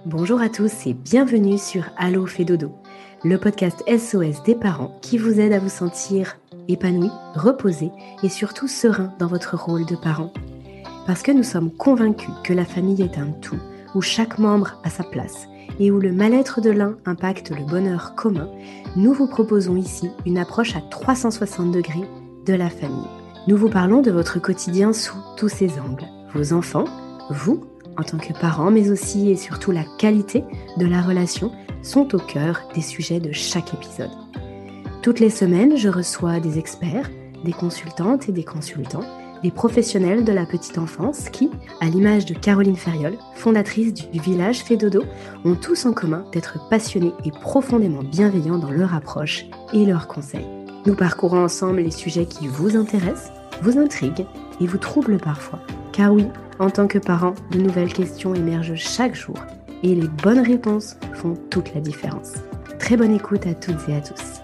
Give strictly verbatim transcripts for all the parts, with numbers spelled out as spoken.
Bonjour à tous et bienvenue sur Allo fait dodo, le podcast S O S des parents qui vous aide à vous sentir épanoui, reposé et surtout serein dans votre rôle de parent. Parce que nous sommes convaincus que la famille est un tout, où chaque membre a sa place et où le mal-être de l'un impacte le bonheur commun, nous vous proposons ici une approche à trois cent soixante degrés de la famille. Nous vous parlons de votre quotidien sous tous ses angles. Vos enfants, vous, en tant que parents, mais aussi et surtout la qualité de la relation sont au cœur des sujets de chaque épisode. Toutes les semaines, je reçois des experts, des consultantes et des consultants, des professionnels de la petite enfance qui, à l'image de Caroline Ferriol, fondatrice du village Fait Dodo, ont tous en commun d'être passionnés et profondément bienveillants dans leur approche et leurs conseils. Nous parcourons ensemble les sujets qui vous intéressent, vous intriguent et vous troublent parfois. Car oui, en tant que parent, de nouvelles questions émergent chaque jour et les bonnes réponses font toute la différence. Très bonne écoute à toutes et à tous.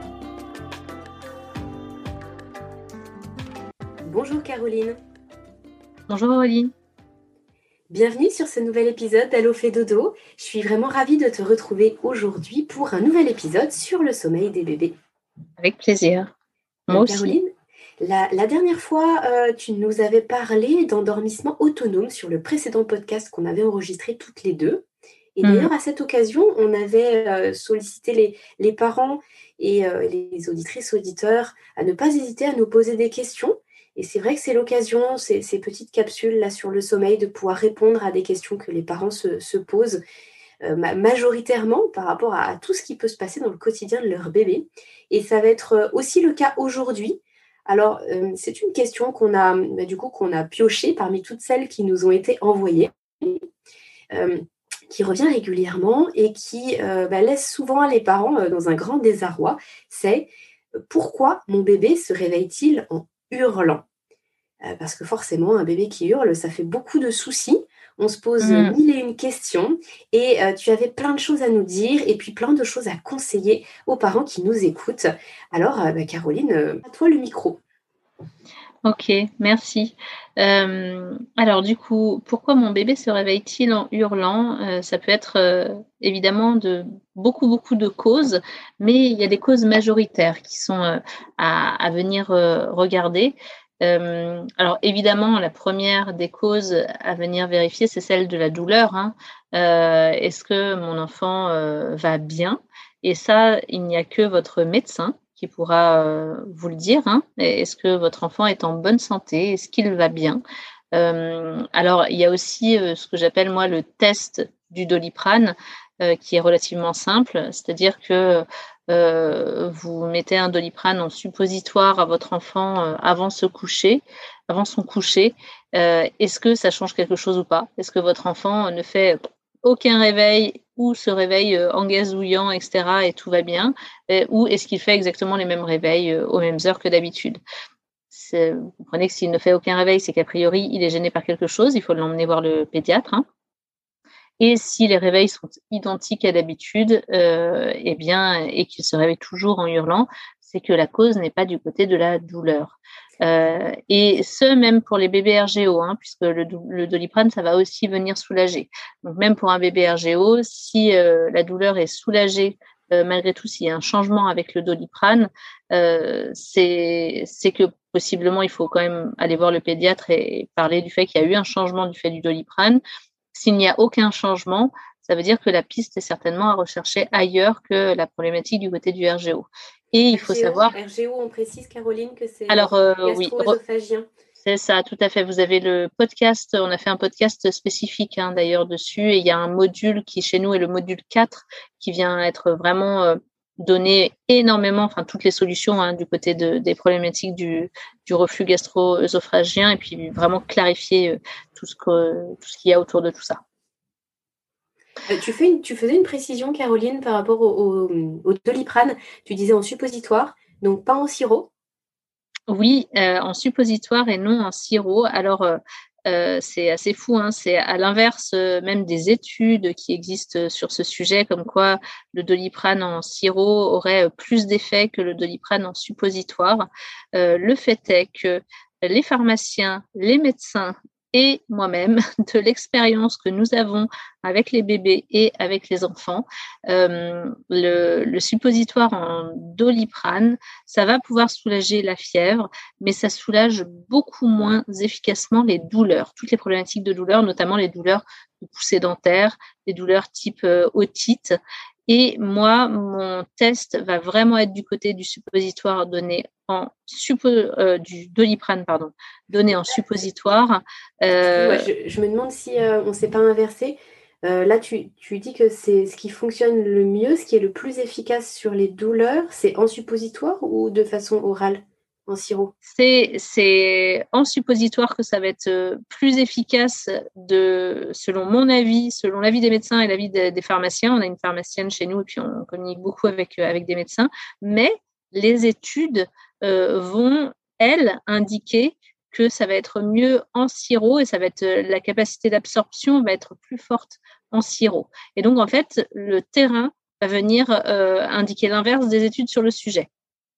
Bonjour Caroline. Bonjour Aurélie. Bienvenue sur ce nouvel épisode d'Allo fait dodo. Je suis vraiment ravie de te retrouver aujourd'hui pour un nouvel épisode sur le sommeil des bébés. Avec plaisir. Moi Donc, Caroline, aussi. La, la dernière fois, euh, tu nous avais parlé d'endormissement autonome sur le précédent podcast qu'on avait enregistré toutes les deux. Et mmh. d'ailleurs, à cette occasion, on avait euh, sollicité les, les parents et euh, les auditrices, auditeurs à ne pas hésiter à nous poser des questions. Et c'est vrai que c'est l'occasion, ces, ces petites capsules là sur le sommeil, de pouvoir répondre à des questions que les parents se, se posent euh, majoritairement par rapport à, à tout ce qui peut se passer dans le quotidien de leur bébé. Et ça va être aussi le cas aujourd'hui. Alors, euh, c'est une question qu'on a, bah, du coup, qu'on a piochée parmi toutes celles qui nous ont été envoyées, euh, qui revient régulièrement et qui euh, bah, laisse souvent les parents euh, dans un grand désarroi. C'est euh, pourquoi mon bébé se réveille-t-il en hurlant ? euh, Parce que forcément, un bébé qui hurle, ça fait beaucoup de soucis. On se pose mmh. mille et une questions et euh, tu avais plein de choses à nous dire et puis plein de choses à conseiller aux parents qui nous écoutent. Alors, euh, bah, Caroline, euh, à toi le micro. Ok, merci. Euh, alors du coup, pourquoi mon bébé se réveille-t-il en hurlant ? euh, Ça peut être euh, évidemment de beaucoup, beaucoup de causes, mais il y a des causes majoritaires qui sont euh, à, à venir euh, regarder. Euh, alors évidemment, la première des causes à venir vérifier, c'est celle de la douleur. Hein. Euh, est-ce que mon enfant euh, va bien ? Et ça, il n'y a que votre médecin qui pourra euh, vous le dire. Hein. Est-ce que votre enfant est en bonne santé ? Est-ce qu'il va bien ? euh, Alors, il y a aussi euh, ce que j'appelle moi le test du Doliprane, euh, qui est relativement simple, c'est-à-dire que euh, vous mettez un Doliprane en suppositoire à votre enfant euh, avant se coucher, avant son coucher. Euh, est-ce que ça change quelque chose ou pas ? Est-ce que votre enfant ne fait aucun réveil ou se réveille euh, en gazouillant, et cetera, et tout va bien, euh, ou est-ce qu'il fait exactement les mêmes réveils euh, aux mêmes heures que d'habitude ? C'est, vous comprenez que s'il ne fait aucun réveil, c'est qu'a priori, il est gêné par quelque chose, il faut l'emmener voir le pédiatre. Hein. Et si les réveils sont identiques à d'habitude, euh, eh bien, et qu'il se réveille toujours en hurlant, c'est que la cause n'est pas du côté de la douleur. Euh, et ce, même pour les bébés R G O, hein, puisque le, le Doliprane, ça va aussi venir soulager. Donc, même pour un bébé R G O, si euh, la douleur est soulagée, euh, malgré tout, s'il y a un changement avec le Doliprane, euh, c'est, c'est que possiblement, il faut quand même aller voir le pédiatre et parler du fait qu'il y a eu un changement du fait du Doliprane. S'il n'y a aucun changement, ça veut dire que la piste est certainement à rechercher ailleurs que la problématique du côté du R G O. Et il faut R G O, savoir... R G O, on précise, Caroline, que c'est Alors, euh, gastro-œsophagien. Oui, c'est ça, tout à fait. Vous avez le podcast, on a fait un podcast spécifique hein, d'ailleurs dessus, et il y a un module qui, chez nous, est le module quatre, qui vient être vraiment euh, donné énormément, enfin toutes les solutions hein, du côté de, des problématiques du, du reflux gastro-œsophagien, et puis vraiment clarifier euh, tout ce que, tout ce qu'il y a autour de tout ça. Euh, tu, fais une, tu faisais une précision, Caroline, par rapport au, au, au Doliprane. Tu disais en suppositoire, donc pas en sirop. Oui, euh, en suppositoire et non en sirop. Alors, euh, euh, c'est assez fou, hein, c'est à l'inverse euh, même des études qui existent sur ce sujet, comme quoi le Doliprane en sirop aurait plus d'effet que le Doliprane en suppositoire. Euh, le fait est que les pharmaciens, les médecins et moi-même, de l'expérience que nous avons avec les bébés et avec les enfants, euh, le, le suppositoire en Doliprane, ça va pouvoir soulager la fièvre, mais ça soulage beaucoup moins efficacement les douleurs, toutes les problématiques de douleur, notamment les douleurs de poussée dentaire, les douleurs type euh, otite. Et moi, mon test va vraiment être du côté du suppositoire donné en suppo, euh, du Doliprane, pardon, donné en suppositoire. Euh... Je, je me demande si euh, on ne s'est pas inversé. Euh, là, tu, tu dis que c'est ce qui fonctionne le mieux, ce qui est le plus efficace sur les douleurs, c'est en suppositoire ou de façon orale, en sirop? C'est, c'est en suppositoire que ça va être plus efficace de, selon mon avis, selon l'avis des médecins et l'avis des, des pharmaciens. On a une pharmacienne chez nous et puis on communique beaucoup avec, avec des médecins. Mais les études euh, vont, elles, indiquer que ça va être mieux en sirop et ça va être, la capacité d'absorption va être plus forte en sirop. Et donc, en fait, le terrain va venir euh, indiquer l'inverse des études sur le sujet.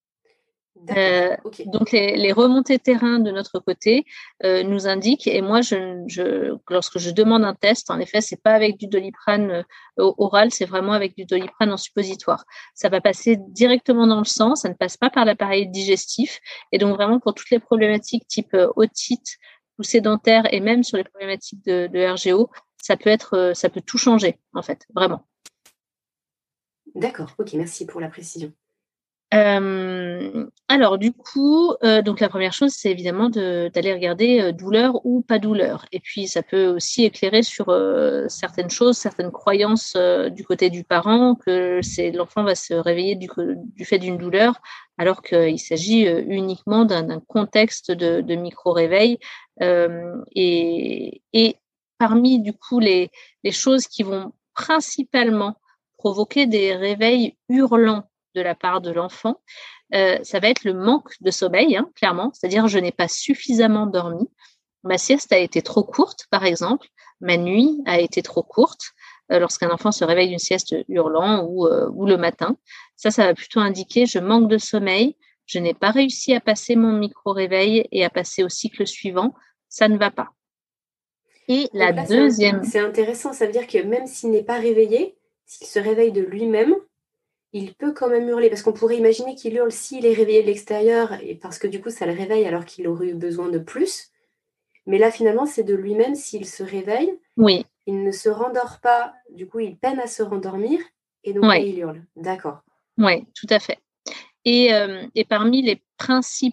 Euh, okay. Donc les, les remontées terrain de notre côté euh, nous indiquent, et moi je, je, lorsque je demande un test, en effet c'est pas avec du Doliprane euh, oral, c'est vraiment avec du Doliprane en suppositoire. Ça va passer directement dans le sang, ça ne passe pas par l'appareil digestif, et donc vraiment pour toutes les problématiques type euh, otite, poussée dentaire et même sur les problématiques de, de R G O, ça peut être, euh, ça peut tout changer en fait, vraiment. D'accord, ok, merci pour la précision. Euh, alors du coup, euh, donc la première chose, c'est évidemment de, d'aller regarder euh, douleur ou pas douleur. Et puis ça peut aussi éclairer sur euh, certaines choses, certaines croyances euh, du côté du parent, que c'est l'enfant va se réveiller du, du fait d'une douleur, alors qu'il s'agit euh, uniquement d'un, d'un contexte de, de micro-réveil. Euh, et, et parmi du coup les, les choses qui vont principalement provoquer des réveils hurlants de la part de l'enfant, euh, ça va être le manque de sommeil, hein, clairement, c'est-à-dire je n'ai pas suffisamment dormi, ma sieste a été trop courte, par exemple, ma nuit a été trop courte, euh, lorsqu'un enfant se réveille d'une sieste hurlant ou, euh, ou le matin, ça, ça va plutôt indiquer je manque de sommeil, je n'ai pas réussi à passer mon micro-réveil et à passer au cycle suivant, ça ne va pas. Et donc la là, deuxième... C'est, un, c'est intéressant, ça veut dire que même s'il n'est pas réveillé, s'il se réveille de lui-même, il peut quand même hurler, parce qu'on pourrait imaginer qu'il hurle s'il est réveillé de l'extérieur, et parce que du coup ça le réveille alors qu'il aurait eu besoin de plus. Mais là finalement c'est de lui-même, s'il se réveille, oui. Il ne se rendort pas, du coup il peine à se rendormir, et donc oui. là il hurle. D'accord. Oui, tout à fait. Et, euh, et parmi les principales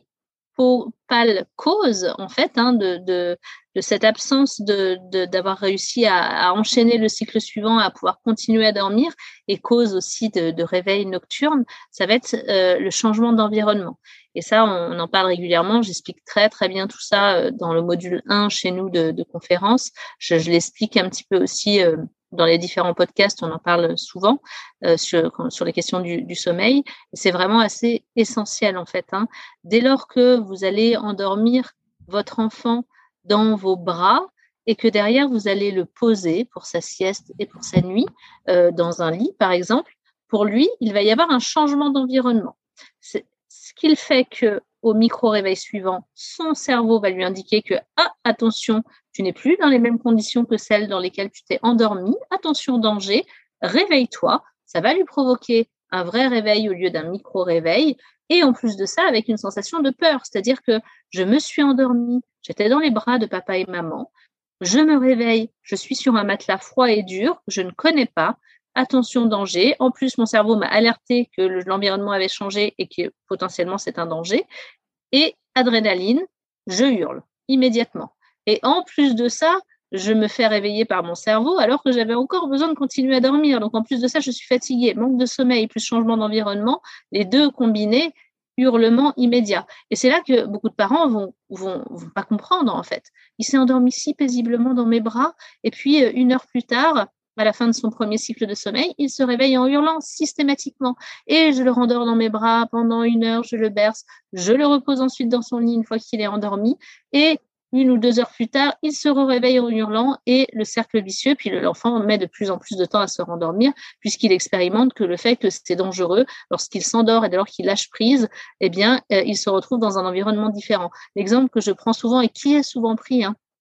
causes en fait hein, de, de, de cette absence de, de, d'avoir réussi à, à enchaîner le cycle suivant, à pouvoir continuer à dormir, et cause aussi de, de réveil nocturne, ça va être euh, le changement d'environnement. Et ça, on en parle régulièrement. J'explique très très bien tout ça dans le module un chez nous de, de conférence. Je, je l'explique un petit peu aussi euh, dans les différents podcasts, on en parle souvent euh, sur, sur les questions du, du sommeil. Et c'est vraiment assez essentiel en fait. Hein. Dès lors que vous allez endormir votre enfant dans vos bras et que derrière vous allez le poser pour sa sieste et pour sa nuit euh, dans un lit par exemple, pour lui, il va y avoir un changement d'environnement. C'est ce qu'il fait que au micro-réveil suivant, son cerveau va lui indiquer que ah, attention, tu n'es plus dans les mêmes conditions que celles dans lesquelles tu t'es endormi, attention danger, réveille-toi, ça va lui provoquer un vrai réveil au lieu d'un micro-réveil, et en plus de ça, avec une sensation de peur, c'est-à-dire que je me suis endormie, j'étais dans les bras de papa et maman, je me réveille, je suis sur un matelas froid et dur, je ne connais pas, attention danger, en plus mon cerveau m'a alerté que l'environnement avait changé et que potentiellement c'est un danger, et adrénaline, je hurle immédiatement. Et en plus de ça, je me fais réveiller par mon cerveau alors que j'avais encore besoin de continuer à dormir. Donc en plus de ça, je suis fatiguée, manque de sommeil plus changement d'environnement, les deux combinés, hurlement immédiat. Et c'est là que beaucoup de parents vont, vont, vont pas comprendre en fait. Il s'est endormi si paisiblement dans mes bras et puis une heure plus tard, à la fin de son premier cycle de sommeil, il se réveille en hurlant systématiquement. Et je le rendors dans mes bras pendant une heure, je le berce, je le repose ensuite dans son lit une fois qu'il est endormi. Et une ou deux heures plus tard, il se réveille en hurlant et le cercle vicieux, puis l'enfant met de plus en plus de temps à se rendormir puisqu'il expérimente que le fait que c'est dangereux, lorsqu'il s'endort et dès lors qu'il lâche prise, eh bien, euh, il se retrouve dans un environnement différent. L'exemple que je prends souvent et qui est souvent pris, hein,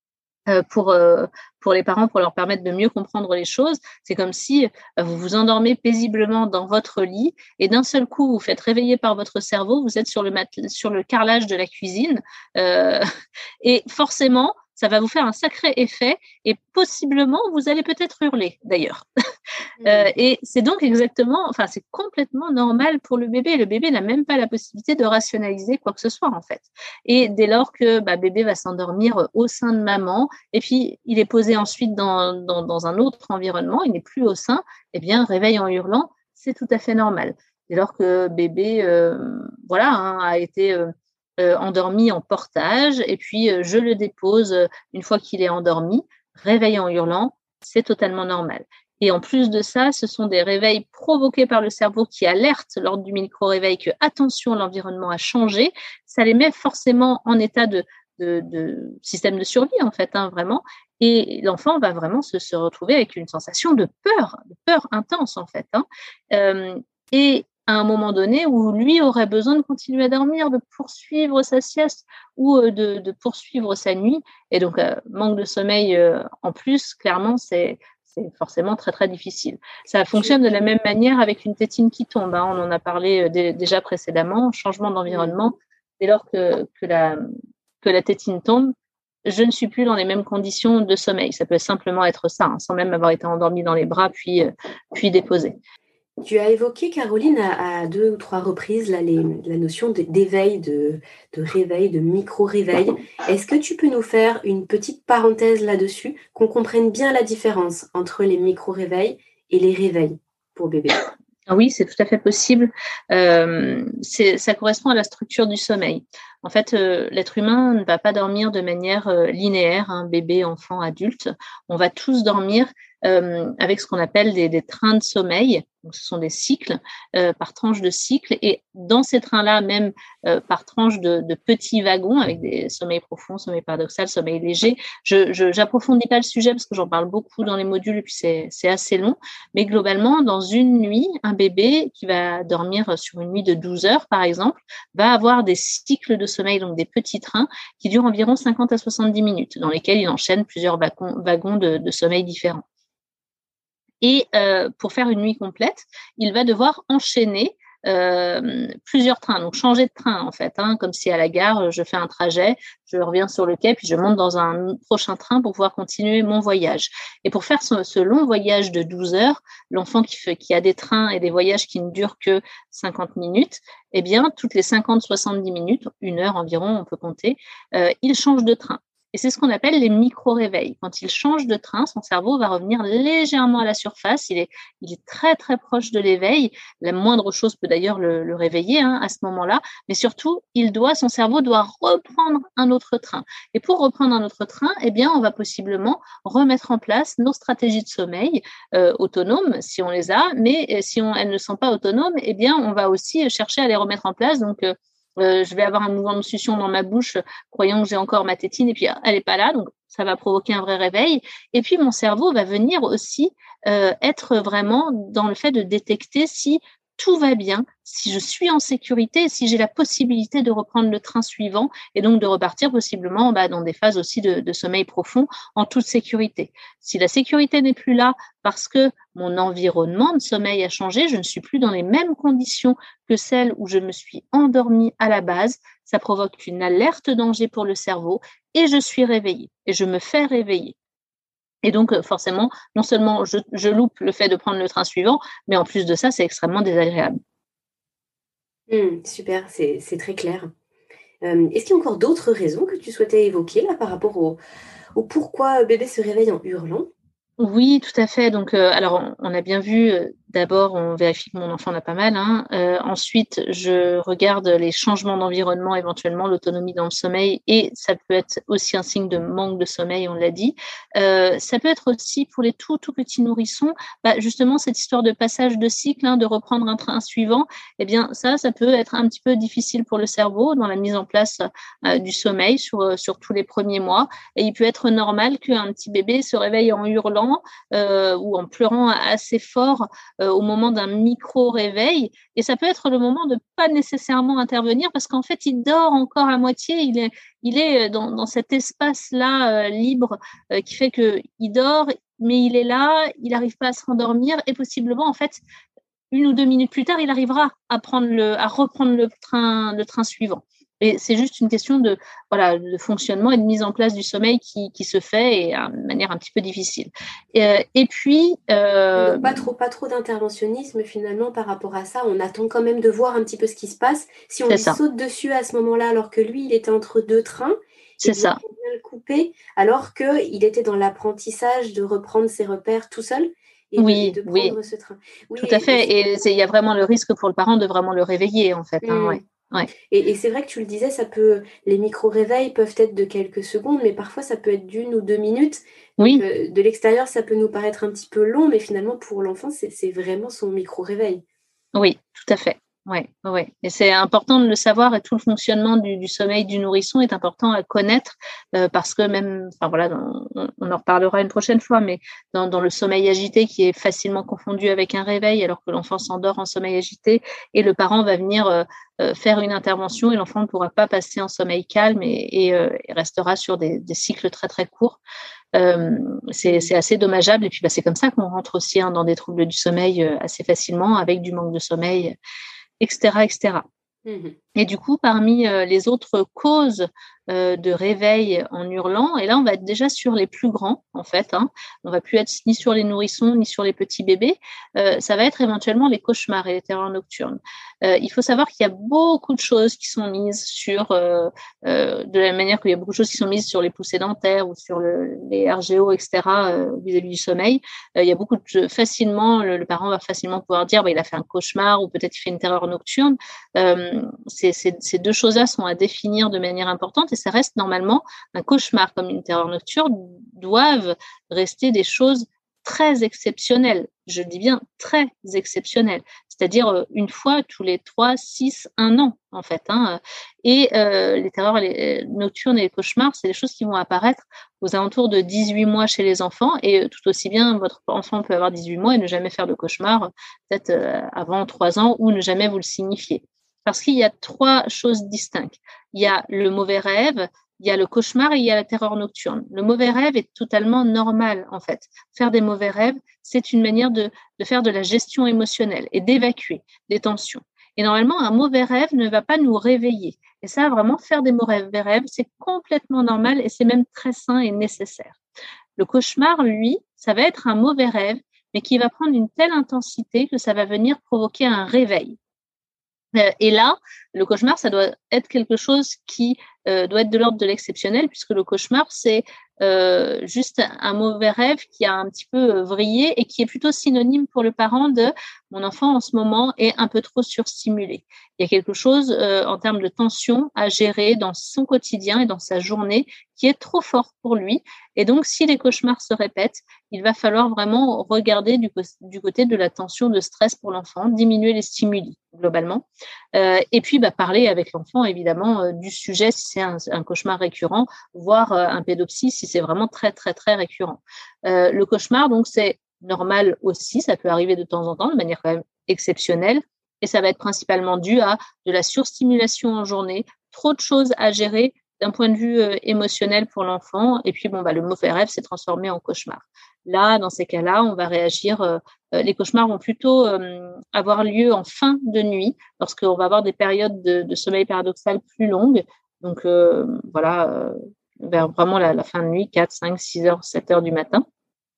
euh, pour euh, pour les parents, pour leur permettre de mieux comprendre les choses. C'est comme si euh, vous vous endormez paisiblement dans votre lit et d'un seul coup, vous faites réveiller par votre cerveau, vous êtes sur le mat- sur le carrelage de la cuisine euh, et forcément, ça va vous faire un sacré effet et possiblement, vous allez peut-être hurler d'ailleurs. Euh, et c'est donc exactement, enfin, c'est complètement normal pour le bébé. Le bébé n'a même pas la possibilité de rationaliser quoi que ce soit, en fait. Et dès lors que bah, bébé va s'endormir au sein de maman, et puis il est posé ensuite dans, dans, dans un autre environnement, il n'est plus au sein, eh bien, réveil en hurlant, c'est tout à fait normal. Dès lors que bébé, euh, voilà, hein, a été euh, euh, endormi en portage, et puis euh, je le dépose euh, une fois qu'il est endormi, réveil en hurlant, c'est totalement normal. Et en plus de ça, ce sont des réveils provoqués par le cerveau qui alertent lors du micro-réveil que, attention, l'environnement a changé. Ça les met forcément en état de, de, de système de survie, en fait, hein, vraiment. Et l'enfant va vraiment se, se retrouver avec une sensation de peur, de peur intense, en fait. Hein. Euh, et à un moment donné où lui aurait besoin de continuer à dormir, de poursuivre sa sieste ou de, de poursuivre sa nuit. Et donc, euh, manque de sommeil euh, en plus, clairement, c'est c'est forcément très, très difficile. Ça fonctionne de la même manière avec une tétine qui tombe. Hein. On en a parlé d- déjà précédemment. Changement d'environnement. Dès lors que, que, la, que la tétine tombe, je ne suis plus dans les mêmes conditions de sommeil. Ça peut simplement être ça, hein, sans même avoir été endormie dans les bras, puis, euh, puis déposée. Tu as évoqué, Caroline, à, à deux ou trois reprises là, les, la notion de, d'éveil, de, de réveil, de micro-réveil. Est-ce que tu peux nous faire une petite parenthèse là-dessus, qu'on comprenne bien la différence entre les micro-réveils et les réveils pour bébé? Oui, c'est tout à fait possible. Euh, c'est, ça correspond à la structure du sommeil. En fait, euh, l'être humain ne va pas dormir de manière euh, linéaire, hein, bébé, enfant, adulte. On va tous dormir euh, avec ce qu'on appelle des, des trains de sommeil. Donc, ce sont des cycles euh, par tranche de cycle. Et dans ces trains-là, même euh, par tranche de, de petits wagons avec des sommeils profonds, sommeil paradoxal, sommeil léger. Je, je j'approfondis pas le sujet parce que j'en parle beaucoup dans les modules et puis c'est, c'est assez long. Mais globalement, dans une nuit, un bébé qui va dormir sur une nuit de douze heures, par exemple, va avoir des cycles de sommeil, donc des petits trains, qui durent environ cinquante à soixante-dix minutes, dans lesquels il enchaîne plusieurs wagons, wagons de, de sommeil différents. Et euh, pour faire une nuit complète, il va devoir enchaîner euh, plusieurs trains, donc changer de train en fait, hein, comme si à la gare, je fais un trajet, je reviens sur le quai, puis je monte dans un prochain train pour pouvoir continuer mon voyage. Et pour faire ce, ce long voyage de douze heures, l'enfant qui, fait, qui a des trains et des voyages qui ne durent que cinquante minutes, eh bien, toutes les cinquante à soixante-dix minutes, une heure environ, on peut compter, euh, il change de train. Et c'est ce qu'on appelle les micro-réveils. Quand il change de train, son cerveau va revenir légèrement à la surface. Il est, il est très, très proche de l'éveil. La moindre chose peut d'ailleurs le, le réveiller hein, à ce moment-là. Mais surtout, il doit, son cerveau doit reprendre un autre train. Et pour reprendre un autre train, eh bien, on va possiblement remettre en place nos stratégies de sommeil euh, autonomes, si on les a. Mais si on, elles ne sont pas autonomes, eh bien, on va aussi chercher à les remettre en place. Donc, euh, Euh, je vais avoir un mouvement de succion dans ma bouche, croyant que j'ai encore ma tétine, et puis elle n'est pas là, donc ça va provoquer un vrai réveil. Et puis mon cerveau va venir aussi euh, être vraiment dans le fait de détecter si tout va bien, si je suis en sécurité, si j'ai la possibilité de reprendre le train suivant et donc de repartir possiblement bah, dans des phases aussi de, de sommeil profond en toute sécurité. Si la sécurité n'est plus là parce que mon environnement de sommeil a changé, je ne suis plus dans les mêmes conditions que celles où je me suis endormie à la base, ça provoque une alerte danger pour le cerveau et je suis réveillée et je me fais réveiller. Et donc, forcément, non seulement je, je loupe le fait de prendre le train suivant, mais en plus de ça, c'est extrêmement désagréable. Mmh, super, c'est, c'est très clair. Euh, est-ce qu'il y a encore d'autres raisons que tu souhaitais évoquer là par rapport au, au pourquoi bébé se réveille en hurlant? Oui, tout à fait. Donc, euh, alors, on, on a bien vu, euh, d'abord, on vérifie que mon enfant en a pas mal. Hein. Euh, ensuite, je regarde les changements d'environnement, éventuellement l'autonomie dans le sommeil, et ça peut être aussi un signe de manque de sommeil, on l'a dit. Euh, ça peut être aussi pour les tout, tout petits nourrissons, bah, justement, cette histoire de passage de cycle, hein, de reprendre un train suivant, eh bien, ça, ça peut être un petit peu difficile pour le cerveau dans la mise en place euh, du sommeil sur, sur tous les premiers mois. Et il peut être normal qu'un petit bébé se réveille en hurlant, Euh, ou en pleurant assez fort euh, au moment d'un micro-réveil. Et ça peut être le moment de pas nécessairement intervenir parce qu'en fait, il dort encore à moitié. Il est, il est dans, dans cet espace-là euh, libre euh, qui fait qu'il dort, mais il est là, il n'arrive pas à se rendormir et possiblement, en fait, une ou deux minutes plus tard, il arrivera à prendre le, à reprendre le train, le train suivant. Et c'est juste une question de, voilà, de fonctionnement et de mise en place du sommeil qui, qui se fait et euh, de manière un petit peu difficile. Et, et puis, euh, donc pas trop, pas trop d'interventionnisme finalement par rapport à ça. On attend quand même de voir un petit peu ce qui se passe. Si on lui ça. saute dessus à ce moment-là, alors que lui, il était entre deux trains, c'est ça. On vient le couper, alors qu'il était dans l'apprentissage de reprendre ses repères tout seul. Et oui, de, de prendre oui. ce train. Oui, tout à fait. Et il y a vraiment le risque pour le parent de vraiment le réveiller, en fait. Mmh. Hein, ouais. Ouais. Et, et c'est vrai que tu le disais, ça peut, les micro-réveils peuvent être de quelques secondes, mais parfois ça peut être d'une ou deux minutes. Donc, oui. euh, de l'extérieur, ça peut nous paraître un petit peu long, mais finalement, pour l'enfant, c'est, c'est vraiment son micro-réveil. Oui, tout à fait. Ouais, ouais. Et c'est important de le savoir et tout le fonctionnement du, du sommeil du nourrisson est important à connaître euh, parce que même, enfin voilà, on, on en reparlera une prochaine fois, mais dans, dans le sommeil agité qui est facilement confondu avec un réveil alors que l'enfant s'endort en sommeil agité et le parent va venir euh, euh, faire une intervention et l'enfant ne pourra pas passer en sommeil calme et, et, euh, et restera sur des, des cycles très très courts. Euh, c'est, c'est assez dommageable et puis bah, c'est comme ça qu'on rentre aussi hein, dans des troubles du sommeil euh, assez facilement avec du manque de sommeil, et cetera, et cetera. Mmh. Et du coup, parmi euh, les autres causes euh, de réveil en hurlant, et là, on va être déjà sur les plus grands, en fait. Hein, on va plus être ni sur les nourrissons, ni sur les petits bébés. Euh, ça va être éventuellement les cauchemars et les terreurs nocturnes. Euh, il faut savoir qu'il y a beaucoup de choses qui sont mises sur, euh, euh, de la même manière qu'il y a beaucoup de choses qui sont mises sur les poussées dentaires ou sur le, les R G O, et cetera, euh, vis-à-vis du sommeil. Euh, il y a beaucoup de facilement, le, le parent va facilement pouvoir dire, bah, il a fait un cauchemar ou peut-être il fait une terreur nocturne. Euh, c'est Ces, ces deux choses-là sont à définir de manière importante et ça reste normalement un cauchemar comme une terreur nocturne doivent rester des choses très exceptionnelles. Je dis bien très exceptionnelles, c'est-à-dire une fois tous les trois, six, un an en fait. Hein. Et euh, les terreurs les nocturnes et les cauchemars, c'est des choses qui vont apparaître aux alentours de dix-huit mois chez les enfants et tout aussi bien votre enfant peut avoir dix-huit mois et ne jamais faire de cauchemar peut-être euh, avant trois ans ou ne jamais vous le signifier. Parce qu'il y a trois choses distinctes. Il y a le mauvais rêve, il y a le cauchemar et il y a la terreur nocturne. Le mauvais rêve est totalement normal, en fait. Faire des mauvais rêves, c'est une manière de, de faire de la gestion émotionnelle et d'évacuer des tensions. Et normalement, un mauvais rêve ne va pas nous réveiller. Et ça, vraiment, faire des mauvais rêves, c'est complètement normal et c'est même très sain et nécessaire. Le cauchemar, lui, ça va être un mauvais rêve, mais qui va prendre une telle intensité que ça va venir provoquer un réveil. Et là, le cauchemar, ça doit être quelque chose qui euh, doit être de l'ordre de l'exceptionnel, puisque le cauchemar, c'est euh, juste un mauvais rêve qui a un petit peu vrillé et qui est plutôt synonyme pour le parent de « mon enfant en ce moment est un peu trop surstimulé ». Il y a quelque chose euh, en termes de tension à gérer dans son quotidien et dans sa journée qui est trop fort pour lui. Et donc, si les cauchemars se répètent, il va falloir vraiment regarder du, du côté de la tension, de stress pour l'enfant, diminuer les stimuli globalement. Euh, et puis, bah, parler avec l'enfant, évidemment, euh, du sujet si c'est un, un cauchemar récurrent, voire euh, un pédopsie si c'est vraiment très, très, très récurrent. Euh, le cauchemar, donc, c'est normal aussi, ça peut arriver de temps en temps, de manière quand même exceptionnelle, et ça va être principalement dû à de la surstimulation en journée, trop de choses à gérer d'un point de vue euh, émotionnel pour l'enfant, et puis bon, bah, le mauvais rêve s'est transformé en cauchemar. Là, dans ces cas-là, on va réagir, euh, les cauchemars vont plutôt euh, avoir lieu en fin de nuit, lorsqu'on va avoir des périodes de, de sommeil paradoxal plus longues, donc euh, voilà, euh, vers vraiment la, la fin de nuit, quatre, cinq, six heures, sept heures du matin.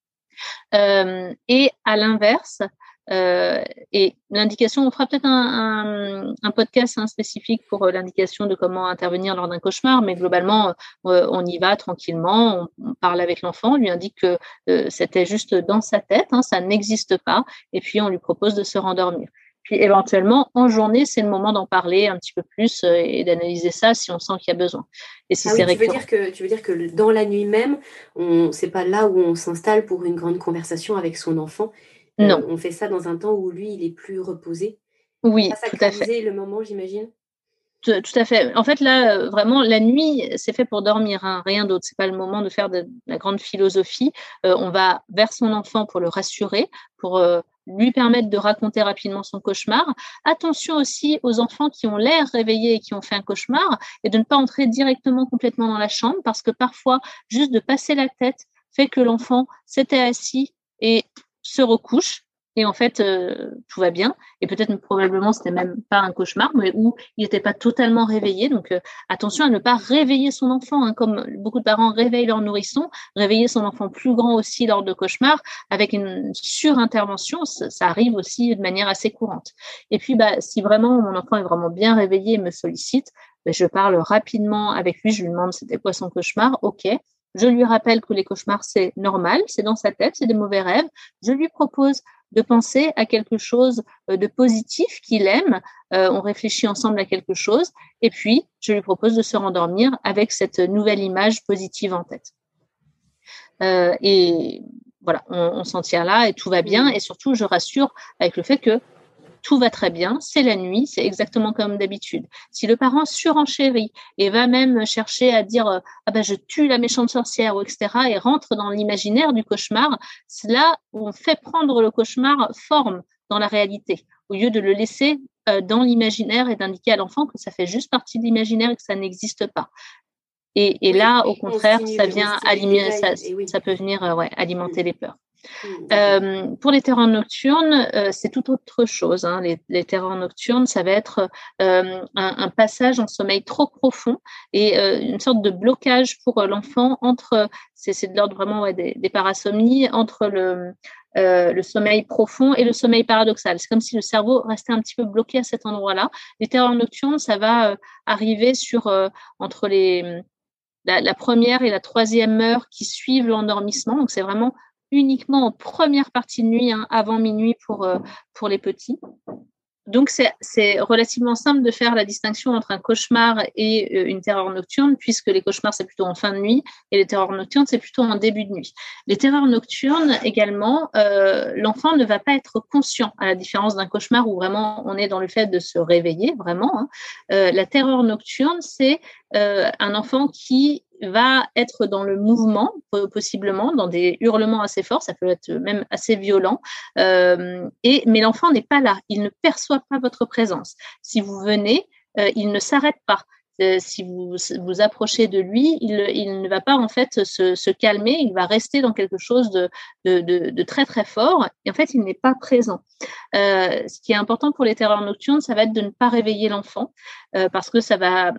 Euh, et à l'inverse, Euh, et l'indication, on fera peut-être un, un, un podcast hein, spécifique pour euh, l'indication de comment intervenir lors d'un cauchemar, mais globalement, euh, on y va tranquillement, on, on parle avec l'enfant, on lui indique que euh, c'était juste dans sa tête, hein, ça n'existe pas, et puis on lui propose de se rendormir. Puis éventuellement, en journée, c'est le moment d'en parler un petit peu plus euh, et d'analyser ça si on sent qu'il y a besoin. Et si ah c'est oui, tu veux, récurrent. dire que, tu veux dire que dans la nuit même, on, c'est pas là où on s'installe pour une grande conversation avec son enfant. Non. Euh, on fait ça dans un temps où lui, il est plus reposé. Oui, pas tout à fait. Sacraliser le moment, j'imagine. Tout, tout à fait. En fait, là, vraiment, la nuit, c'est fait pour dormir, hein, rien d'autre. C'est pas le moment de faire de, de la grande philosophie. Euh, on va vers son enfant pour le rassurer, pour euh, lui permettre de raconter rapidement son cauchemar. Attention aussi aux enfants qui ont l'air réveillés et qui ont fait un cauchemar et de ne pas entrer directement complètement dans la chambre parce que parfois, juste de passer la tête fait que l'enfant s'était assis et se recouche. Et en fait, euh, tout va bien. Et peut-être, probablement, c'était même pas un cauchemar, mais où il n'était pas totalement réveillé. Donc, euh, attention à ne pas réveiller son enfant, hein, comme beaucoup de parents réveillent leur nourrisson, réveiller son enfant plus grand aussi lors de cauchemars, avec une surintervention, ça, ça arrive aussi de manière assez courante. Et puis, bah, si vraiment mon enfant est vraiment bien réveillé et me sollicite, bah, je parle rapidement avec lui, je lui demande c'était quoi son cauchemar, ok. Je lui rappelle que les cauchemars, c'est normal, c'est dans sa tête, c'est des mauvais rêves. Je lui propose de penser à quelque chose de positif qu'il aime. Euh, on réfléchit ensemble à quelque chose. Et puis, je lui propose de se rendormir avec cette nouvelle image positive en tête. Euh, et voilà, on, on s'en tient là et tout va bien. Et surtout, je rassure avec le fait que tout va très bien, c'est la nuit, c'est exactement comme d'habitude. Si le parent surenchérit et va même chercher à dire euh, ah ben je tue la méchante sorcière ou et cetera et rentre dans l'imaginaire du cauchemar, c'est là où on fait prendre le cauchemar forme dans la réalité, au lieu de le laisser euh, dans l'imaginaire et d'indiquer à l'enfant que ça fait juste partie de l'imaginaire et que ça n'existe pas. Et, et oui, là, au contraire, stimule, ça vient alimenter, ça, oui. ça peut venir euh, ouais, alimenter mmh. les peurs. Euh, pour les terreurs nocturnes, euh, c'est tout autre chose. Hein. Les, les terreurs nocturnes, ça va être euh, un, un passage en sommeil trop profond et euh, une sorte de blocage pour euh, l'enfant entre, c'est, c'est de l'ordre vraiment ouais, des, des parasomnies, entre le, euh, le sommeil profond et le sommeil paradoxal. C'est comme si le cerveau restait un petit peu bloqué à cet endroit-là. Les terreurs nocturnes, ça va euh, arriver sur euh, entre les la, la première et la troisième heure qui suivent l'endormissement. Donc c'est vraiment uniquement en première partie de nuit, hein, avant minuit pour, euh, pour les petits. Donc, c'est, c'est relativement simple de faire la distinction entre un cauchemar et euh, une terreur nocturne, puisque les cauchemars, c'est plutôt en fin de nuit et les terreurs nocturnes, c'est plutôt en début de nuit. Les terreurs nocturnes, également, euh, l'enfant ne va pas être conscient, à la différence d'un cauchemar où vraiment on est dans le fait de se réveiller, vraiment. Hein. Euh, la terreur nocturne, c'est euh, un enfant qui va être dans le mouvement, possiblement, dans des hurlements assez forts, ça peut être même assez violent, euh, et, mais l'enfant n'est pas là, il ne perçoit pas votre présence. Si vous venez, euh, il ne s'arrête pas. Euh, si vous vous approchez de lui, il, il ne va pas en fait se, se calmer, il va rester dans quelque chose de, de, de, de très très fort, et en fait il n'est pas présent. Euh, ce qui est important pour les terreurs nocturnes, ça va être de ne pas réveiller l'enfant, euh, parce que ça va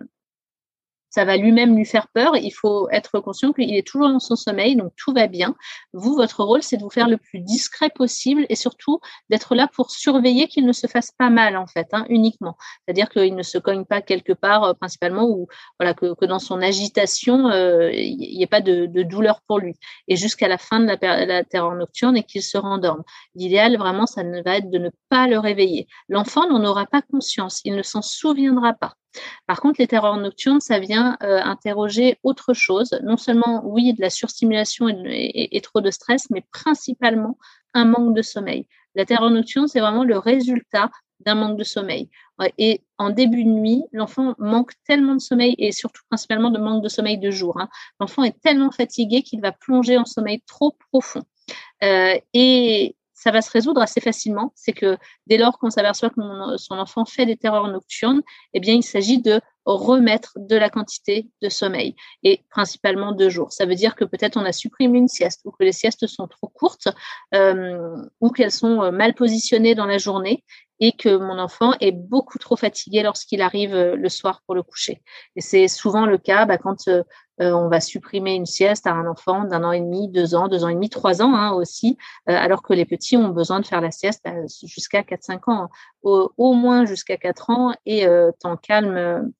ça va lui-même lui faire peur. Il faut être conscient qu'il est toujours dans son sommeil, donc tout va bien. Vous, votre rôle, c'est de vous faire le plus discret possible et surtout d'être là pour surveiller qu'il ne se fasse pas mal, en fait, hein, uniquement. C'est-à-dire qu'il ne se cogne pas quelque part, euh, principalement, ou voilà, que, que dans son agitation, euh, il n'y ait pas de, de douleur pour lui. Et jusqu'à la fin de la, la terreur nocturne et qu'il se rendorme. L'idéal, vraiment, ça ne va être de ne pas le réveiller. L'enfant n'en aura pas conscience, il ne s'en souviendra pas. Par contre, les terreurs nocturnes, ça vient euh, interroger autre chose. Non seulement, oui, de la surstimulation et, et, et trop de stress, mais principalement un manque de sommeil. La terreur nocturne, c'est vraiment le résultat d'un manque de sommeil. Et en début de nuit, l'enfant manque tellement de sommeil et surtout principalement de manque de sommeil de jour. Hein. L'enfant est tellement fatigué qu'il va plonger en sommeil trop profond. Euh, et ça va se résoudre assez facilement. C'est que dès lors qu'on s'aperçoit que mon, son enfant fait des terreurs nocturnes, eh bien, il s'agit de remettre de la quantité de sommeil et principalement deux jours. Ça veut dire que peut-être on a supprimé une sieste ou que les siestes sont trop courtes euh, ou qu'elles sont mal positionnées dans la journée et que mon enfant est beaucoup trop fatigué lorsqu'il arrive le soir pour le coucher. Et c'est souvent le cas bah, quand euh, on va supprimer une sieste à un enfant d'un an et demi, deux ans, deux ans et demi, trois ans hein, aussi, euh, alors que les petits ont besoin de faire la sieste bah, jusqu'à quatre cinq ans, hein, au, au moins jusqu'à quatre ans et euh, temps calme,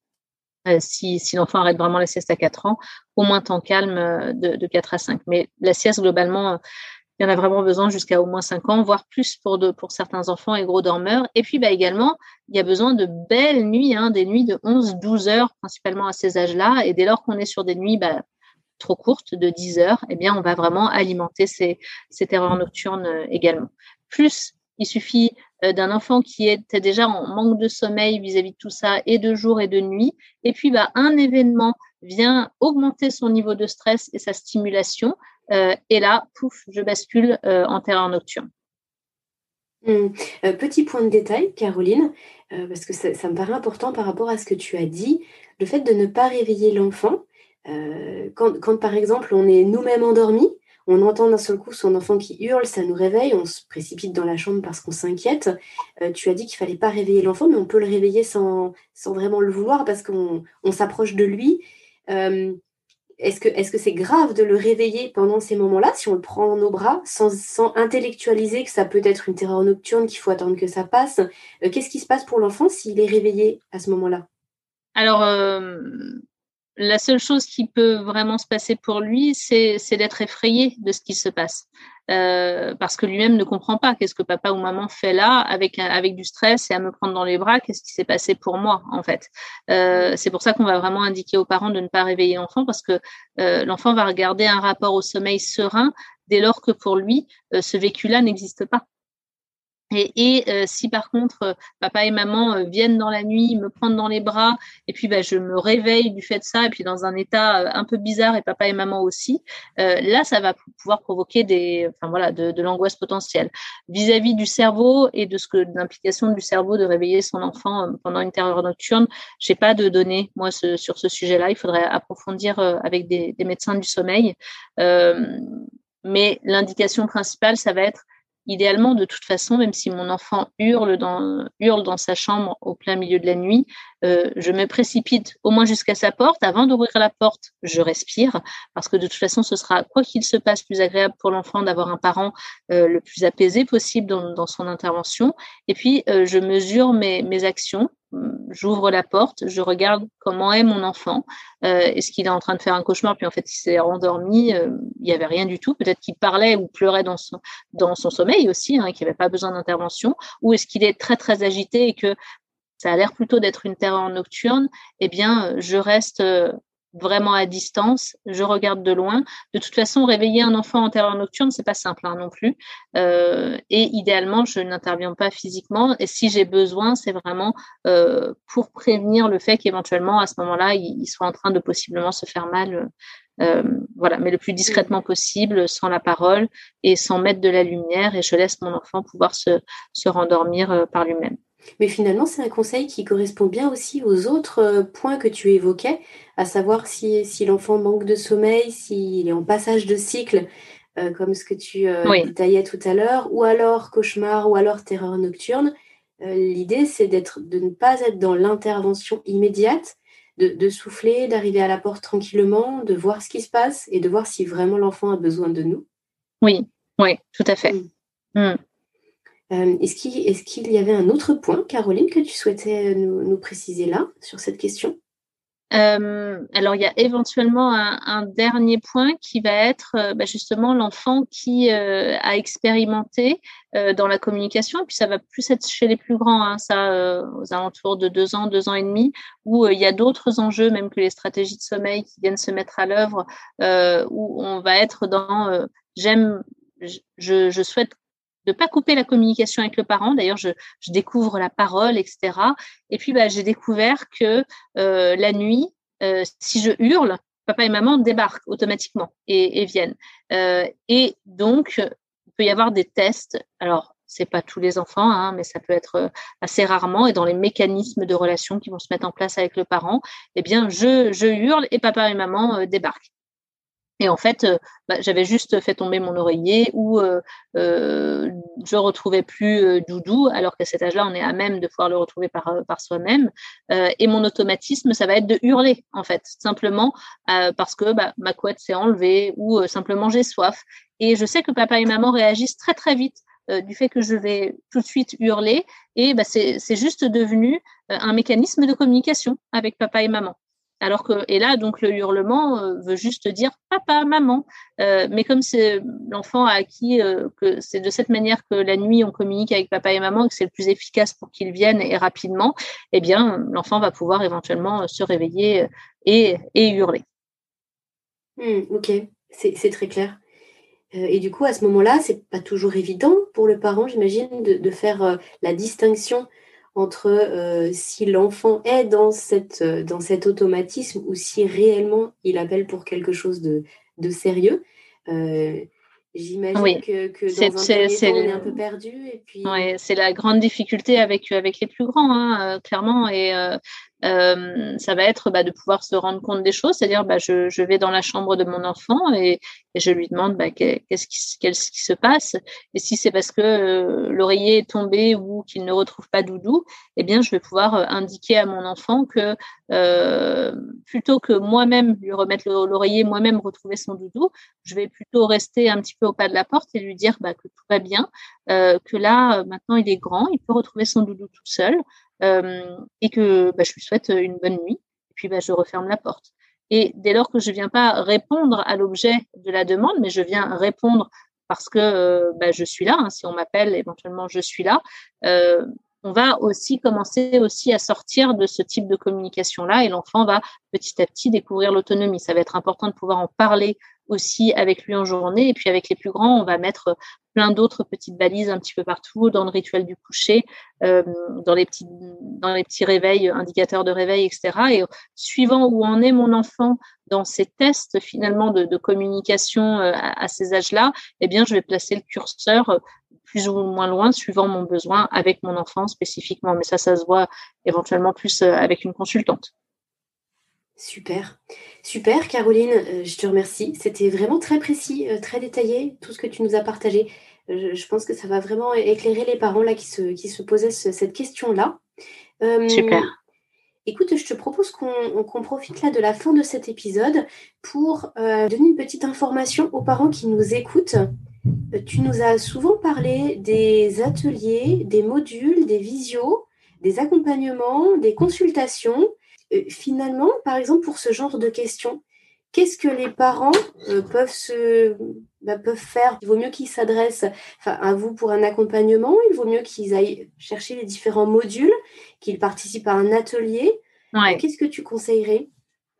euh, si, si l'enfant arrête vraiment la sieste à quatre ans, au moins temps calme euh, de, de quatre à cinq. Mais la sieste, globalement, euh, il y en a vraiment besoin jusqu'à au moins cinq ans, voire plus pour, de, pour certains enfants et gros dormeurs. Et puis bah, également, il y a besoin de belles nuits, hein, des nuits de onze douze heures, principalement à ces âges-là. Et dès lors qu'on est sur des nuits bah, trop courtes, de dix heures, eh bien, on va vraiment alimenter ces, ces terreurs nocturnes euh, également. Plus, il suffit euh, d'un enfant qui était déjà en manque de sommeil vis-à-vis de tout ça, et de jour et de nuit. Et puis, bah, un événement vient augmenter son niveau de stress et sa stimulation. Euh, et là, pouf, je bascule euh, en terreur nocturne. Mmh. Euh, petit point de détail, Caroline, euh, parce que ça, ça me paraît important par rapport à ce que tu as dit, le fait de ne pas réveiller l'enfant, euh, quand, quand par exemple on est nous-mêmes endormis, on entend d'un seul coup son enfant qui hurle, ça nous réveille, on se précipite dans la chambre parce qu'on s'inquiète. Euh, tu as dit qu'il fallait pas réveiller l'enfant, mais on peut le réveiller sans, sans vraiment le vouloir parce qu'on on s'approche de lui. Euh, Est-ce que, est-ce que c'est grave de le réveiller pendant ces moments-là, si on le prend dans nos bras, sans, sans intellectualiser que ça peut être une terreur nocturne, qu'il faut attendre que ça passe? Euh, qu'est-ce qui se passe pour l'enfant s'il est réveillé à ce moment-là? Alors, euh, la seule chose qui peut vraiment se passer pour lui, c'est, c'est d'être effrayé de ce qui se passe. Euh, parce que lui-même ne comprend pas qu'est-ce que papa ou maman fait là avec, avec du stress et à me prendre dans les bras, qu'est-ce qui s'est passé pour moi, en fait. Euh, c'est pour ça qu'on va vraiment indiquer aux parents de ne pas réveiller l'enfant parce que euh, l'enfant va regarder un rapport au sommeil serein dès lors que pour lui, euh, ce vécu-là n'existe pas. Et, et euh, si par contre euh, papa et maman euh, viennent dans la nuit me prendre dans les bras et puis bah, je me réveille du fait de ça et puis dans un état euh, un peu bizarre et papa et maman aussi, euh, là ça va pouvoir provoquer des, enfin voilà, de, de l'angoisse potentielle vis-à-vis du cerveau et de ce que l'implication du cerveau de réveiller son enfant euh, pendant une terreur nocturne. J'ai pas de données moi ce, sur ce sujet-là. Il faudrait approfondir euh, avec des, des médecins du sommeil, euh, mais l'indication principale ça va être idéalement, de toute façon, même si mon enfant hurle dans, hurle dans sa chambre au plein milieu de la nuit, euh, je me précipite au moins jusqu'à sa porte. Avant d'ouvrir la porte, je respire parce que de toute façon, ce sera, quoi qu'il se passe, plus agréable pour l'enfant d'avoir un parent euh, le plus apaisé possible dans, dans son intervention. Et puis, euh, je mesure mes, mes actions. J'ouvre la porte, je regarde comment est mon enfant. Euh, est-ce qu'il est en train de faire un cauchemar? Puis en fait, il s'est endormi. Euh, il n'y avait rien du tout. Peut-être qu'il parlait ou pleurait dans son, dans son sommeil aussi, hein, qu'il n'y avait pas besoin d'intervention. Ou est-ce qu'il est très, très agité et que ça a l'air plutôt d'être une terreur nocturne? Eh bien, je reste euh, vraiment à distance, je regarde de loin. De toute façon, réveiller un enfant en terreur nocturne, c'est pas simple hein, non plus. Euh, et idéalement, je n'interviens pas physiquement. Et si j'ai besoin, c'est vraiment euh, pour prévenir le fait qu'éventuellement, à ce moment-là, il, il soit en train de possiblement se faire mal. Euh, voilà, mais le plus discrètement possible, sans la parole et sans mettre de la lumière. Et je laisse mon enfant pouvoir se, se rendormir euh, par lui-même. Mais finalement, c'est un conseil qui correspond bien aussi aux autres euh, points que tu évoquais, à savoir si, si l'enfant manque de sommeil, s'il est en passage de cycle, euh, comme ce que tu euh, Oui. détaillais tout à l'heure, ou alors cauchemar, ou alors terreur nocturne. Euh, l'idée, c'est d'être, de ne pas être dans l'intervention immédiate, de, de souffler, d'arriver à la porte tranquillement, de voir ce qui se passe et de voir si vraiment l'enfant a besoin de nous. Oui, oui, tout à fait. Mm. Mm. Euh, est-ce qu'il, est-ce qu'il y avait un autre point, Caroline, que tu souhaitais nous, nous préciser là, sur cette question? Euh, alors, il y a éventuellement un, un dernier point qui va être euh, bah, justement l'enfant qui euh, a expérimenté euh, dans la communication, et puis ça va plus être chez les plus grands, hein, ça, euh, aux alentours de deux ans, deux ans et demi, où euh, il y a d'autres enjeux, même que les stratégies de sommeil qui viennent se mettre à l'œuvre, euh, où on va être dans euh, j'aime, je, je souhaite de pas couper la communication avec le parent. D'ailleurs, je, je découvre la parole, et cetera. Et puis, bah, j'ai découvert que euh, la nuit, euh, si je hurle, papa et maman débarquent automatiquement et, et viennent. Euh, et donc, il peut y avoir des tests. Alors, c'est pas tous les enfants, hein, mais ça peut être assez rarement. Et dans les mécanismes de relation qui vont se mettre en place avec le parent, eh bien, je, je hurle et papa et maman euh, débarquent. Et en fait, euh, bah, j'avais juste fait tomber mon oreiller ou euh, euh, je retrouvais plus euh, Doudou, alors qu'à cet âge-là, on est à même de pouvoir le retrouver par, euh, par soi-même. Euh, et mon automatisme, ça va être de hurler, en fait, simplement euh, parce que bah, ma couette s'est enlevée ou euh, simplement j'ai soif. Et je sais que papa et maman réagissent très, très vite euh, du fait que je vais tout de suite hurler. Et bah, c'est, c'est juste devenu euh, un mécanisme de communication avec papa et maman. Alors que, et là, donc, le hurlement euh, veut juste dire papa, maman. Euh, mais comme c'est l'enfant a acquis euh, que c'est de cette manière que la nuit on communique avec papa et maman et que c'est le plus efficace pour qu'ils viennent et rapidement, eh bien, l'enfant va pouvoir éventuellement euh, se réveiller et, et hurler. Mmh, ok, c'est, c'est très clair. Euh, et du coup, à ce moment-là, c'est pas toujours évident pour le parent, j'imagine, de, de faire euh, la distinction entre euh, si l'enfant est dans, cette, euh, dans cet automatisme ou si réellement il appelle pour quelque chose de, de sérieux. Euh, J'imagine Oui, que, que c'est, dans un c'est, premier c'est temps, on est le- un peu perdu et puis… Ouais, c'est la grande difficulté avec avec les plus grands, hein, euh, clairement, et euh, euh, ça va être bah, de pouvoir se rendre compte des choses, c'est-à-dire bah, je, je vais dans la chambre de mon enfant et, et je lui demande bah, qu'est- qu'est-ce qui, s- qu'est-ce qui se passe, et si c'est parce que euh, l'oreiller est tombé ou qu'il ne retrouve pas Doudou, eh bien je vais pouvoir euh, indiquer à mon enfant que euh, plutôt que moi-même lui remettre le- l'oreiller, moi-même retrouver son Doudou, je vais plutôt rester un petit peu au pas de la porte et lui dire bah, que tout va bien, euh, que là, euh, maintenant, il est grand, il peut retrouver son doudou tout seul, euh, et que bah, je lui souhaite une bonne nuit. Et puis, bah, je referme la porte. Et dès lors que je viens pas répondre à l'objet de la demande, mais je viens répondre parce que euh, bah, je suis là, hein, si on m'appelle, éventuellement, je suis là, euh, on va aussi commencer aussi à sortir de ce type de communication-là et l'enfant va petit à petit découvrir l'autonomie. Ça va être important de pouvoir en parler aussi avec lui en journée. Et puis avec les plus grands, on va mettre plein d'autres petites balises un petit peu partout, dans le rituel du coucher, euh, dans les petits, dans les petits réveils, indicateurs de réveil, et cetera. Et suivant où en est mon enfant dans ces tests finalement de, de communication euh, à, à ces âges-là, eh bien, je vais placer le curseur euh, plus ou moins loin, suivant mon besoin avec mon enfant spécifiquement. Mais ça, ça se voit éventuellement plus euh, avec une consultante. Super, super Caroline, euh, je te remercie. C'était vraiment très précis, euh, très détaillé, tout ce que tu nous as partagé. Euh, je, je pense que ça va vraiment éclairer les parents là qui se, qui se posaient ce- cette question-là. Super. Euh, Écoute, je te propose qu'on qu'on profite là de la fin de cet épisode pour euh, donner une petite information aux parents qui nous écoutent. Euh, Tu nous as souvent parlé des ateliers, des modules, des visios, des accompagnements, des consultations. Euh, finalement, par exemple, pour ce genre de questions, qu'est-ce que les parents euh, peuvent, se, bah, peuvent faire? Il vaut mieux qu'ils s'adressent enfin, à vous pour un accompagnement, il vaut mieux qu'ils aillent chercher les différents modules, qu'ils participent à un atelier. Euh, Ouais. qu'est-ce que tu conseillerais?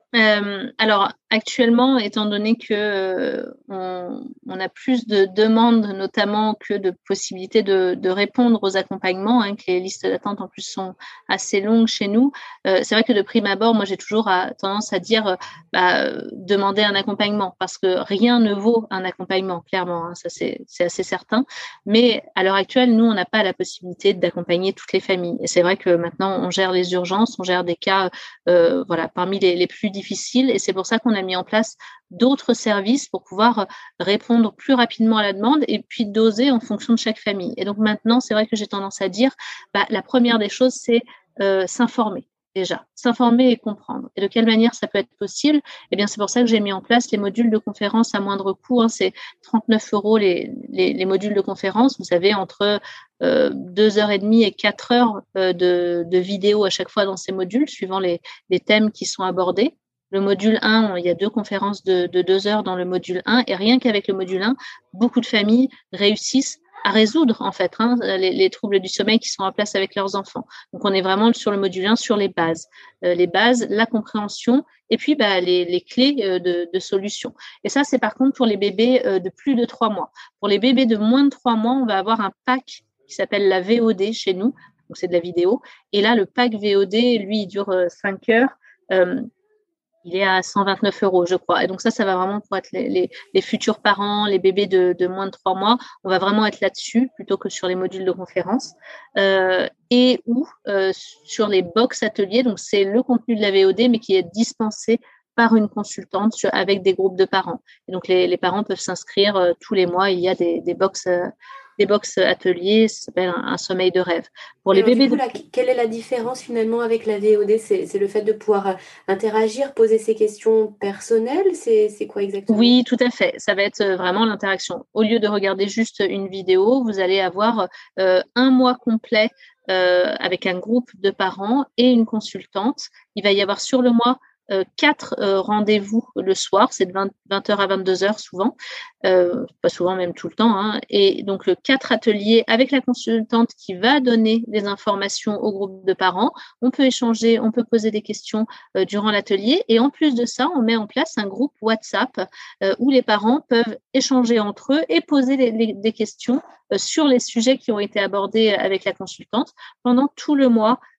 Euh, alors actuellement, étant donné que euh, on, on a plus de demandes, notamment que de possibilités de, de répondre aux accompagnements, hein, que les listes d'attente en plus sont assez longues chez nous, euh, c'est vrai que de prime abord, moi j'ai toujours à, tendance à dire euh, bah, euh, demander un accompagnement parce que rien ne vaut un accompagnement, clairement, hein, ça c'est c'est assez certain. Mais à l'heure actuelle, nous on n'a pas la possibilité d'accompagner toutes les familles. Et c'est vrai que maintenant on gère les urgences, on gère des cas euh, voilà, parmi les, les plus difficiles. Et c'est pour ça qu'on a mis en place d'autres services pour pouvoir répondre plus rapidement à la demande et puis doser en fonction de chaque famille. Et donc maintenant, c'est vrai que j'ai tendance à dire, bah, la première des choses, c'est euh, s'informer. Déjà, s'informer et comprendre. Et de quelle manière ça peut être possible? Eh bien, c'est pour ça que j'ai mis en place les modules de conférence à moindre coût, hein. C'est trente-neuf euros les, les, les modules de conférence. Vous savez, entre euh, deux heures et demie et quatre heures euh, de, de vidéos à chaque fois dans ces modules, suivant les, les thèmes qui sont abordés. Le module un, il y a deux conférences de, de deux heures dans le module un, et rien qu'avec le module un, beaucoup de familles réussissent à résoudre en fait hein, les, les troubles du sommeil qui sont en place avec leurs enfants. Donc on est vraiment sur le module un, sur les bases. Euh, les bases, la compréhension, et puis bah, les, les clés euh, de, de solutions. Et ça, c'est par contre pour les bébés euh, de plus de trois mois. Pour les bébés de moins de trois mois, on va avoir un pack qui s'appelle la V O D chez nous, donc c'est de la vidéo. Et là, le pack V O D, lui, il dure euh, cinq heures. Euh, il est à cent vingt-neuf euros, je crois. Et donc ça, ça va vraiment pour être les, les, les futurs parents, les bébés de, de moins de trois mois. On va vraiment être là-dessus plutôt que sur les modules de conférence. Euh, et ou euh, sur les box ateliers. Donc c'est le contenu de la V O D, mais qui est dispensé par une consultante sur, avec des groupes de parents. Et donc les, les parents peuvent s'inscrire euh, tous les mois. Il y a des, des box euh, des box ateliers, ça s'appelle un, un sommeil de rêve. Pour Et les alors du bébés coup, de là, quelle est la différence finalement avec la V O D? C'est c'est le fait de pouvoir euh, interagir, poser ses questions personnelles? C'est c'est quoi exactement? Oui, tout à fait. Ça va être euh, vraiment l'interaction. Au lieu de regarder juste une vidéo, vous allez avoir euh, un mois complet euh, avec un groupe de parents et une consultante. Il va y avoir sur le mois euh, quatre euh, rendez-vous le soir, c'est de vingt heures à vingt-deux heures souvent, euh, pas souvent même tout le temps, hein. Et donc le quatre ateliers avec la consultante qui va donner des informations au groupe de parents. On peut échanger, on peut poser des questions euh, durant l'atelier. Et en plus de ça, on met en place un groupe WhatsApp euh, où les parents peuvent échanger entre eux et poser les, les, des questions euh, sur les sujets qui ont été abordés avec la consultante pendant tout le mois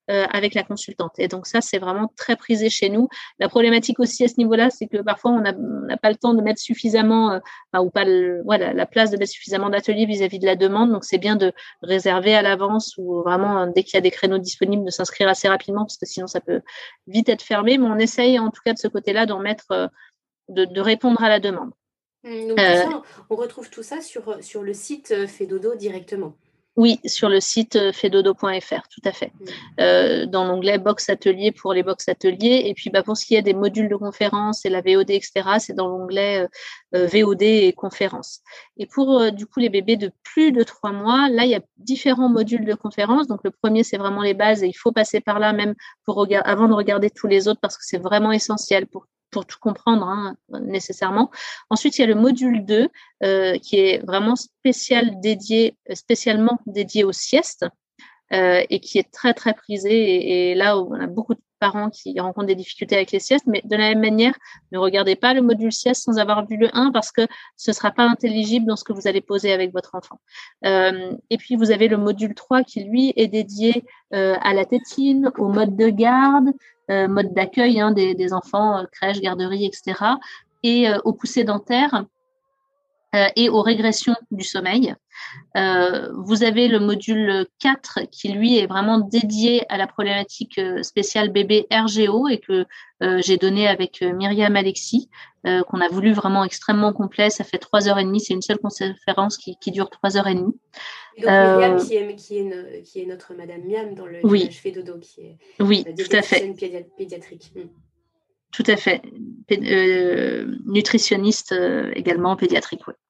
euh, avec la consultante. Et donc ça, c'est vraiment très prisé chez nous. La problématique aussi à ce niveau-là, c'est que parfois, on n'a pas le temps de mettre suffisamment, euh, enfin, ou pas le, voilà, la place de mettre suffisamment d'ateliers vis-à-vis de la demande. Donc, c'est bien de réserver à l'avance ou vraiment, dès qu'il y a des créneaux disponibles, de s'inscrire assez rapidement parce que sinon, ça peut vite être fermé. Mais on essaye, en tout cas, de ce côté-là, d'en mettre, euh, de, de répondre à la demande. Donc, euh, tout ça, on retrouve tout ça sur, sur le site Fedodo directement. Oui, sur le site fedodo point f r, tout à fait. Mmh. Euh, dans l'onglet box atelier pour les box ateliers. Et puis, bah, pour ce qui est des modules de conférences et la V O D, et cetera, c'est dans l'onglet euh, V O D et conférences. Et pour, euh, du coup, les bébés de plus de trois mois, là, il y a différents modules de conférences. Donc, le premier, c'est vraiment les bases et il faut passer par là même pour rega- avant de regarder tous les autres parce que c'est vraiment essentiel pour pour tout comprendre hein, nécessairement. Ensuite, il y a le module deux euh, qui est vraiment spécial dédié, spécialement dédié aux siestes euh, et qui est très, très prisé. Et, et là, on a beaucoup de parents qui rencontrent des difficultés avec les siestes, mais de la même manière, ne regardez pas le module sieste sans avoir vu le un parce que ce ne sera pas intelligible dans ce que vous allez poser avec votre enfant. Euh, et puis, vous avez le module trois qui, lui, est dédié euh, à la tétine, au mode de garde, Euh, mode d'accueil hein, des, des enfants, euh, crèche, garderie, et cetera, et euh, aux poussées dentaires euh, et aux régressions du sommeil. Euh, vous avez le module quatre qui, lui, est vraiment dédié à la problématique euh, spéciale bébé R G O et que euh, j'ai donné avec euh, Myriam Alexis, euh, qu'on a voulu vraiment extrêmement complet. Ça fait trois heures et demie. C'est une seule conférence qui, qui dure trois heures et demie. Donc, Myriam, euh, qui, est, qui, est une, qui est notre Madame Miam dans le oui. village Fedodo, qui est oui, la tout à fait. Pédi- pédiatrique. Mm. Tout à fait. P- euh, nutritionniste euh, également pédiatrique, oui.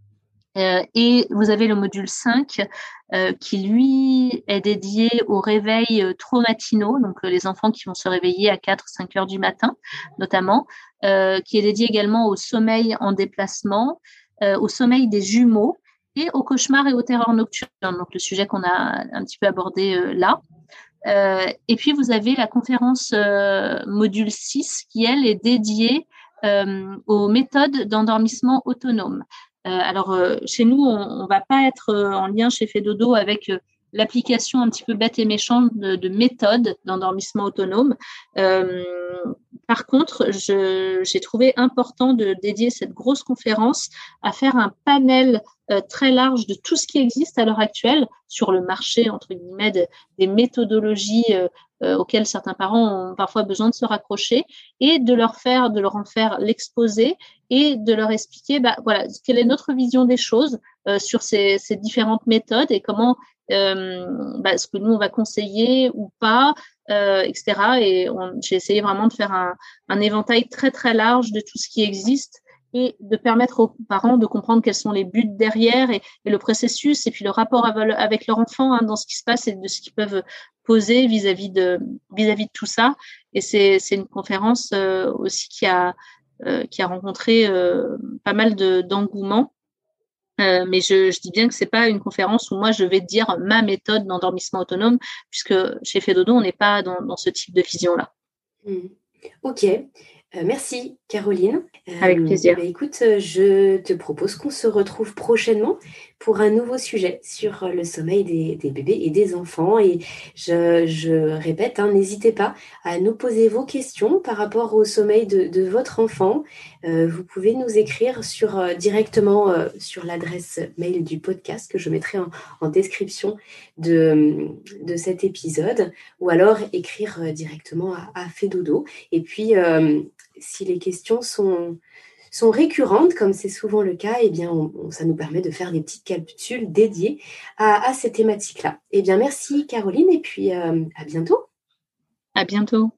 Euh, et vous avez le module cinq euh, qui, lui, est dédié aux réveils euh, trop matinaux, donc euh, les enfants qui vont se réveiller à quatre à cinq heures du matin, notamment, euh, qui est dédié également au sommeil en déplacement, euh, au sommeil des jumeaux et aux cauchemars et aux terreurs nocturnes, donc le sujet qu'on a un petit peu abordé euh, là. Euh, et puis, vous avez la conférence euh, module six qui, elle, est dédiée euh, aux méthodes d'endormissement autonome. Euh, alors, euh, chez nous, on ne va pas être euh, en lien chez Fedodo avec euh, l'application un petit peu bête et méchante de, de méthodes d'endormissement autonome. Euh, par contre, je, j'ai trouvé important de dédier cette grosse conférence à faire un panel euh, très large de tout ce qui existe à l'heure actuelle sur le marché, entre guillemets, de, des méthodologies euh, euh, auxquelles certains parents ont parfois besoin de se raccrocher et de leur faire, de leur en faire l'exposé et de leur expliquer, bah, voilà, quelle est notre vision des choses euh, sur ces, ces différentes méthodes et comment euh, bah, ce que nous, on va conseiller ou pas, euh, et cetera. Et on, j'ai essayé vraiment de faire un, un éventail très, très large de tout ce qui existe et de permettre aux parents de comprendre quels sont les buts derrière et, et le processus et puis le rapport avec leur enfant hein, dans ce qui se passe et de ce qu'ils peuvent poser vis-à-vis de, vis-à-vis de tout ça. Et c'est, c'est une conférence euh, aussi qui a, euh, qui a rencontré euh, pas mal de, d'engouement. Euh, mais je, je dis bien que c'est pas une conférence où moi je vais dire ma méthode d'endormissement autonome, puisque chez Fedodo, on n'est pas dans, dans ce type de vision-là. Mmh. Ok. Euh, merci Caroline. Euh, Avec plaisir. Bah, écoute, je te propose qu'on se retrouve prochainement pour un nouveau sujet sur le sommeil des, des bébés et des enfants. Et je, je répète, hein, n'hésitez pas à nous poser vos questions par rapport au sommeil de, de votre enfant. Euh, vous pouvez nous écrire sur, euh, directement euh, sur l'adresse mail du podcast que je mettrai en, en description de, de cet épisode ou alors écrire euh, directement à, à Fedodo. Et puis, euh, si les questions sont, sont récurrentes, comme c'est souvent le cas, eh bien, on, on, ça nous permet de faire des petites capsules dédiées à, à ces thématiques-là. Eh bien, merci Caroline et puis euh, à bientôt. À bientôt.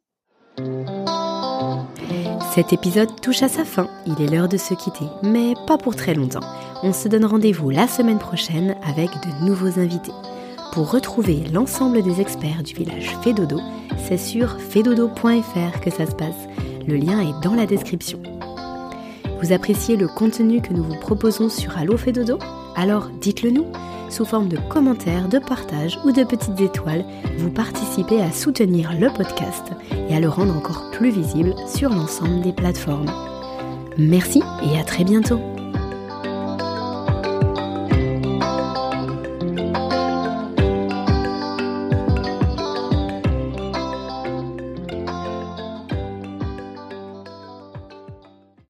Cet épisode touche à sa fin, il est l'heure de se quitter, mais pas pour très longtemps. On se donne rendez-vous la semaine prochaine avec de nouveaux invités. Pour retrouver l'ensemble des experts du village Fedodo, c'est sur fedodo point f r que ça se passe. Le lien est dans la description. Vous appréciez le contenu que nous vous proposons sur Allo Fedodo ? Alors dites-le nous. Sous forme de commentaires, de partages ou de petites étoiles, vous participez à soutenir le podcast et à le rendre encore plus visible sur l'ensemble des plateformes. Merci et à très bientôt.